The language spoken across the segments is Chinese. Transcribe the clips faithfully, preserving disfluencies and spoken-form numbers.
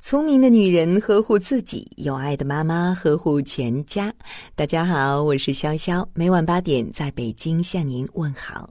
聪明的女人呵护自己，有爱的妈妈呵护全家。大家好，我是潇潇，每晚八点在北京向您问好。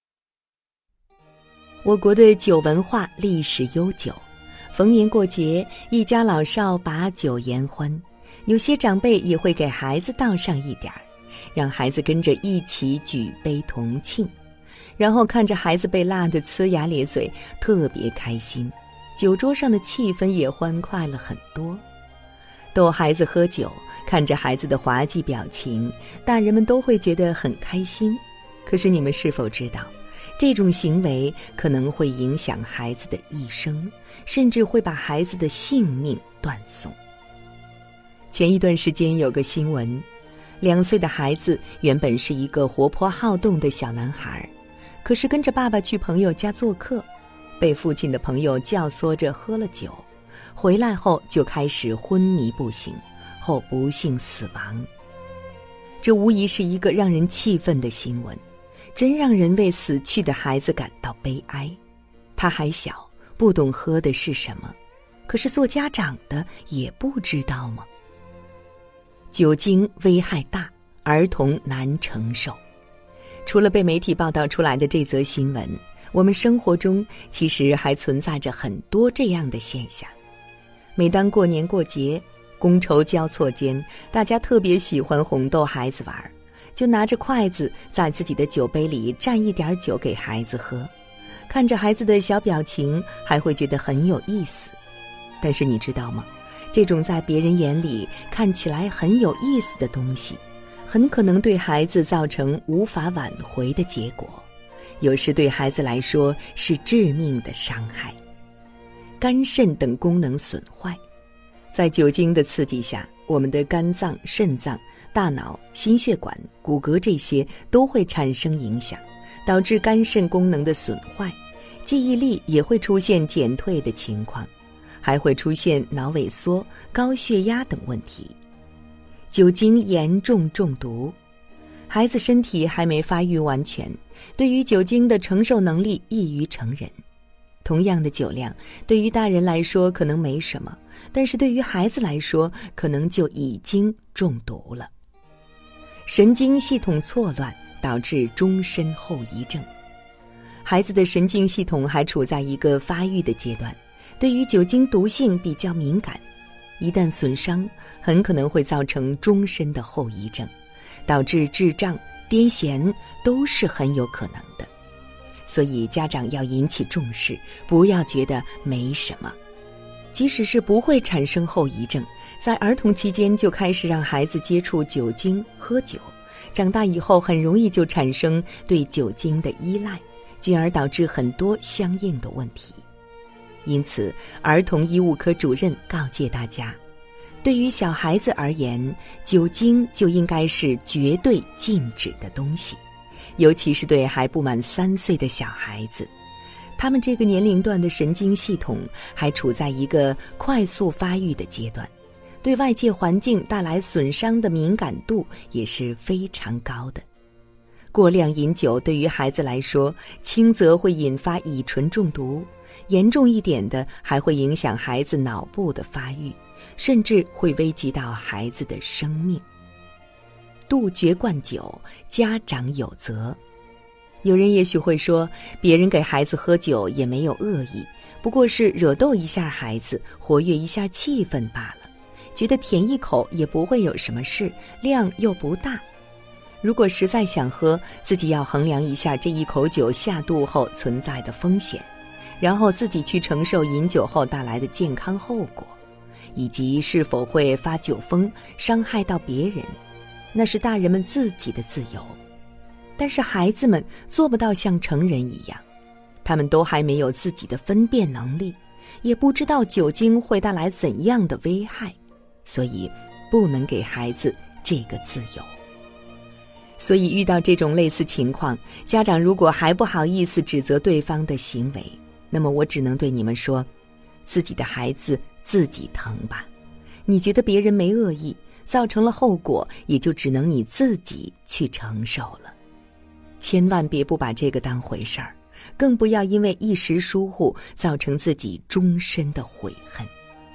我国的酒文化历史悠久，逢年过节，一家老少把酒言欢，有些长辈也会给孩子倒上一点儿，让孩子跟着一起举杯同庆，然后看着孩子被辣得呲牙咧嘴，特别开心。酒桌上的气氛也欢快了很多。逗孩子喝酒，看着孩子的滑稽表情，大人们都会觉得很开心。可是你们是否知道，这种行为可能会影响孩子的一生，甚至会把孩子的性命断送。前一段时间有个新闻，两岁的孩子原本是一个活泼好动的小男孩，可是跟着爸爸去朋友家做客，被父亲的朋友教唆着喝了酒，回来后就开始昏迷不醒，后不幸死亡。这无疑是一个让人气愤的新闻，真让人为死去的孩子感到悲哀。他还小，不懂喝的是什么，可是做家长的也不知道吗？酒精危害大，儿童难承受。除了被媒体报道出来的这则新闻，我们生活中其实还存在着很多这样的现象。每当过年过节，觥筹交错间，大家特别喜欢哄逗孩子玩，就拿着筷子在自己的酒杯里蘸一点酒给孩子喝，看着孩子的小表情，还会觉得很有意思。但是你知道吗？这种在别人眼里看起来很有意思的东西，很可能对孩子造成无法挽回的结果，有时对孩子来说是致命的伤害。肝肾等功能损坏，在酒精的刺激下，我们的肝脏、肾脏、大脑、心血管、骨骼这些都会产生影响，导致肝肾功能的损坏，记忆力也会出现减退的情况，还会出现脑萎缩、高血压等问题。酒精严重中毒，孩子身体还没发育完全，对于酒精的承受能力异于成人。同样的酒量，对于大人来说可能没什么，但是对于孩子来说，可能就已经中毒了。神经系统错乱导致终身后遗症。孩子的神经系统还处在一个发育的阶段，对于酒精毒性比较敏感，一旦损伤，很可能会造成终身的后遗症，导致智障、癫痫都是很有可能的。所以家长要引起重视，不要觉得没什么。即使是不会产生后遗症，在儿童期间就开始让孩子接触酒精、喝酒，长大以后很容易就产生对酒精的依赖，进而导致很多相应的问题。因此，儿童医务科主任告诫大家，对于小孩子而言，酒精就应该是绝对禁止的东西，尤其是对还不满三岁的小孩子，他们这个年龄段的神经系统还处在一个快速发育的阶段，对外界环境带来损伤的敏感度也是非常高的。过量饮酒对于孩子来说，轻则会引发乙醇中毒，严重一点的还会影响孩子脑部的发育，甚至会危及到孩子的生命。杜绝灌酒，家长有责。有人也许会说，别人给孩子喝酒也没有恶意，不过是惹逗一下孩子，活跃一下气氛罢了，觉得舔一口也不会有什么事，量又不大。如果实在想喝，自己要衡量一下这一口酒下肚后存在的风险，然后自己去承受饮酒后带来的健康后果，以及是否会发酒疯伤害到别人，那是大人们自己的自由。但是孩子们做不到像成人一样，他们都还没有自己的分辨能力，也不知道酒精会带来怎样的危害，所以不能给孩子这个自由。所以遇到这种类似情况，家长如果还不好意思指责对方的行为，那么我只能对你们说，自己的孩子自己疼吧。你觉得别人没恶意，造成了后果，也就只能你自己去承受了。千万别不把这个当回事儿，更不要因为一时疏忽造成自己终身的悔恨。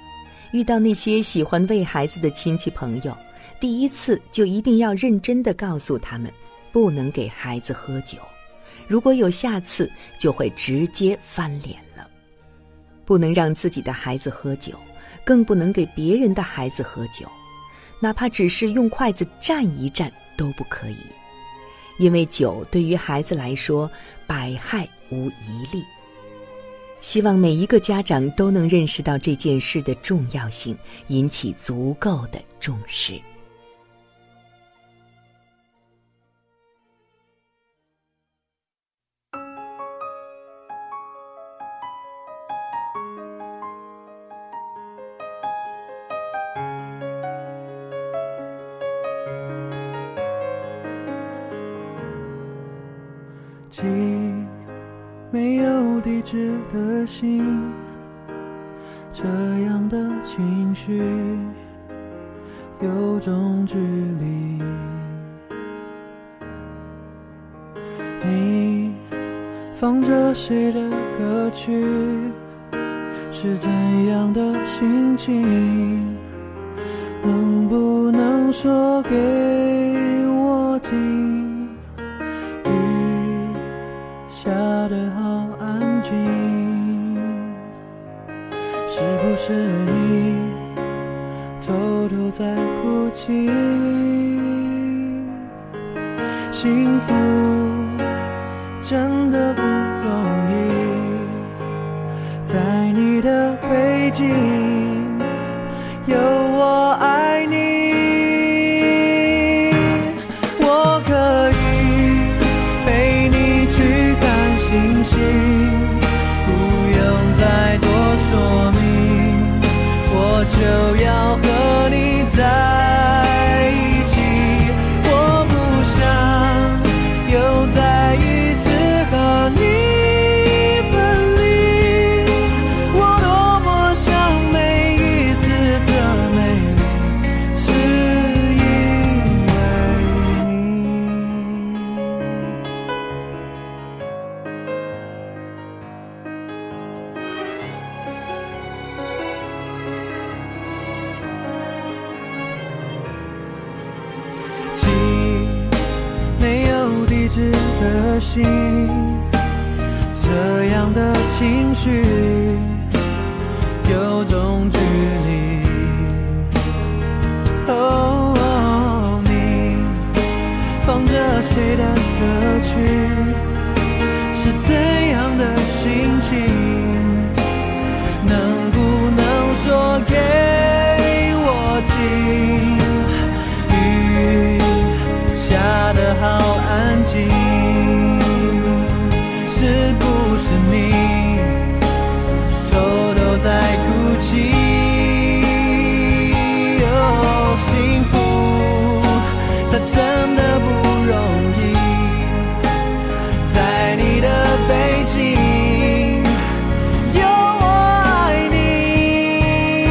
遇到那些喜欢喂孩子的亲戚朋友，第一次就一定要认真地告诉他们，不能给孩子喝酒，如果有下次就会直接翻脸了。不能让自己的孩子喝酒，更不能给别人的孩子喝酒，哪怕只是用筷子蘸一蘸都不可以，因为酒对于孩子来说百害无一利。希望每一个家长都能认识到这件事的重要性，引起足够的重视。 寄没有地址的信，这样的情绪有种距离。你放着谁的歌曲，是怎样的心情？能不能说给我听？下得好安静，是不是你偷偷在哭泣？幸福真的不容易，在你的背景有我爱你。我可以陪你去看星星，不用再多说明，我就要和你在一起。我不想又再一次和你分离，我多么想每一次的美丽是因为你。寄没有地址的信，这样的情绪有种距离。哦，哦你放着谁的歌曲，是怎样的心情？能不能说给我听？下得好安静，是不是你偷偷在哭泣？哦，幸福它真的不容易，在你的背景有我爱你。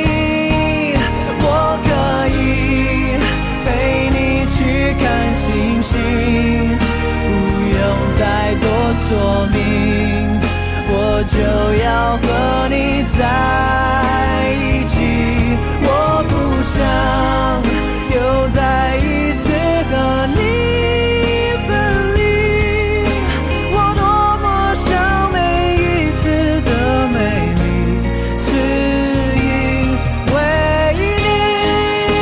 我可以陪你去看星星，不用再多说明，我就要和你在一起。我不想又再一次和你分离，我多么想每一次的美丽是因为你。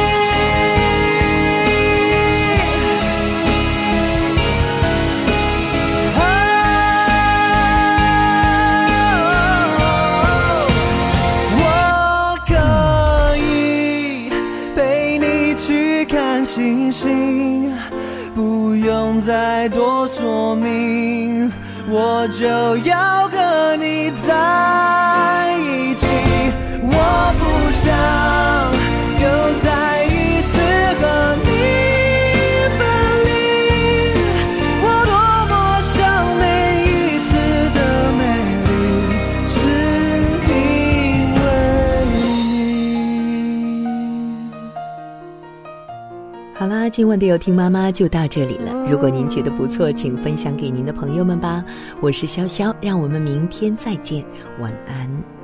我可以陪你去看星星，不用再多说明，我就要和你在一起。我不想又再一次和你分离，我多么想每一次的美丽是因为你。 好啦，今晚的有听妈妈就到这里了。如果您觉得不错，请分享给您的朋友们吧。我是潇潇，让我们明天再见，晚安。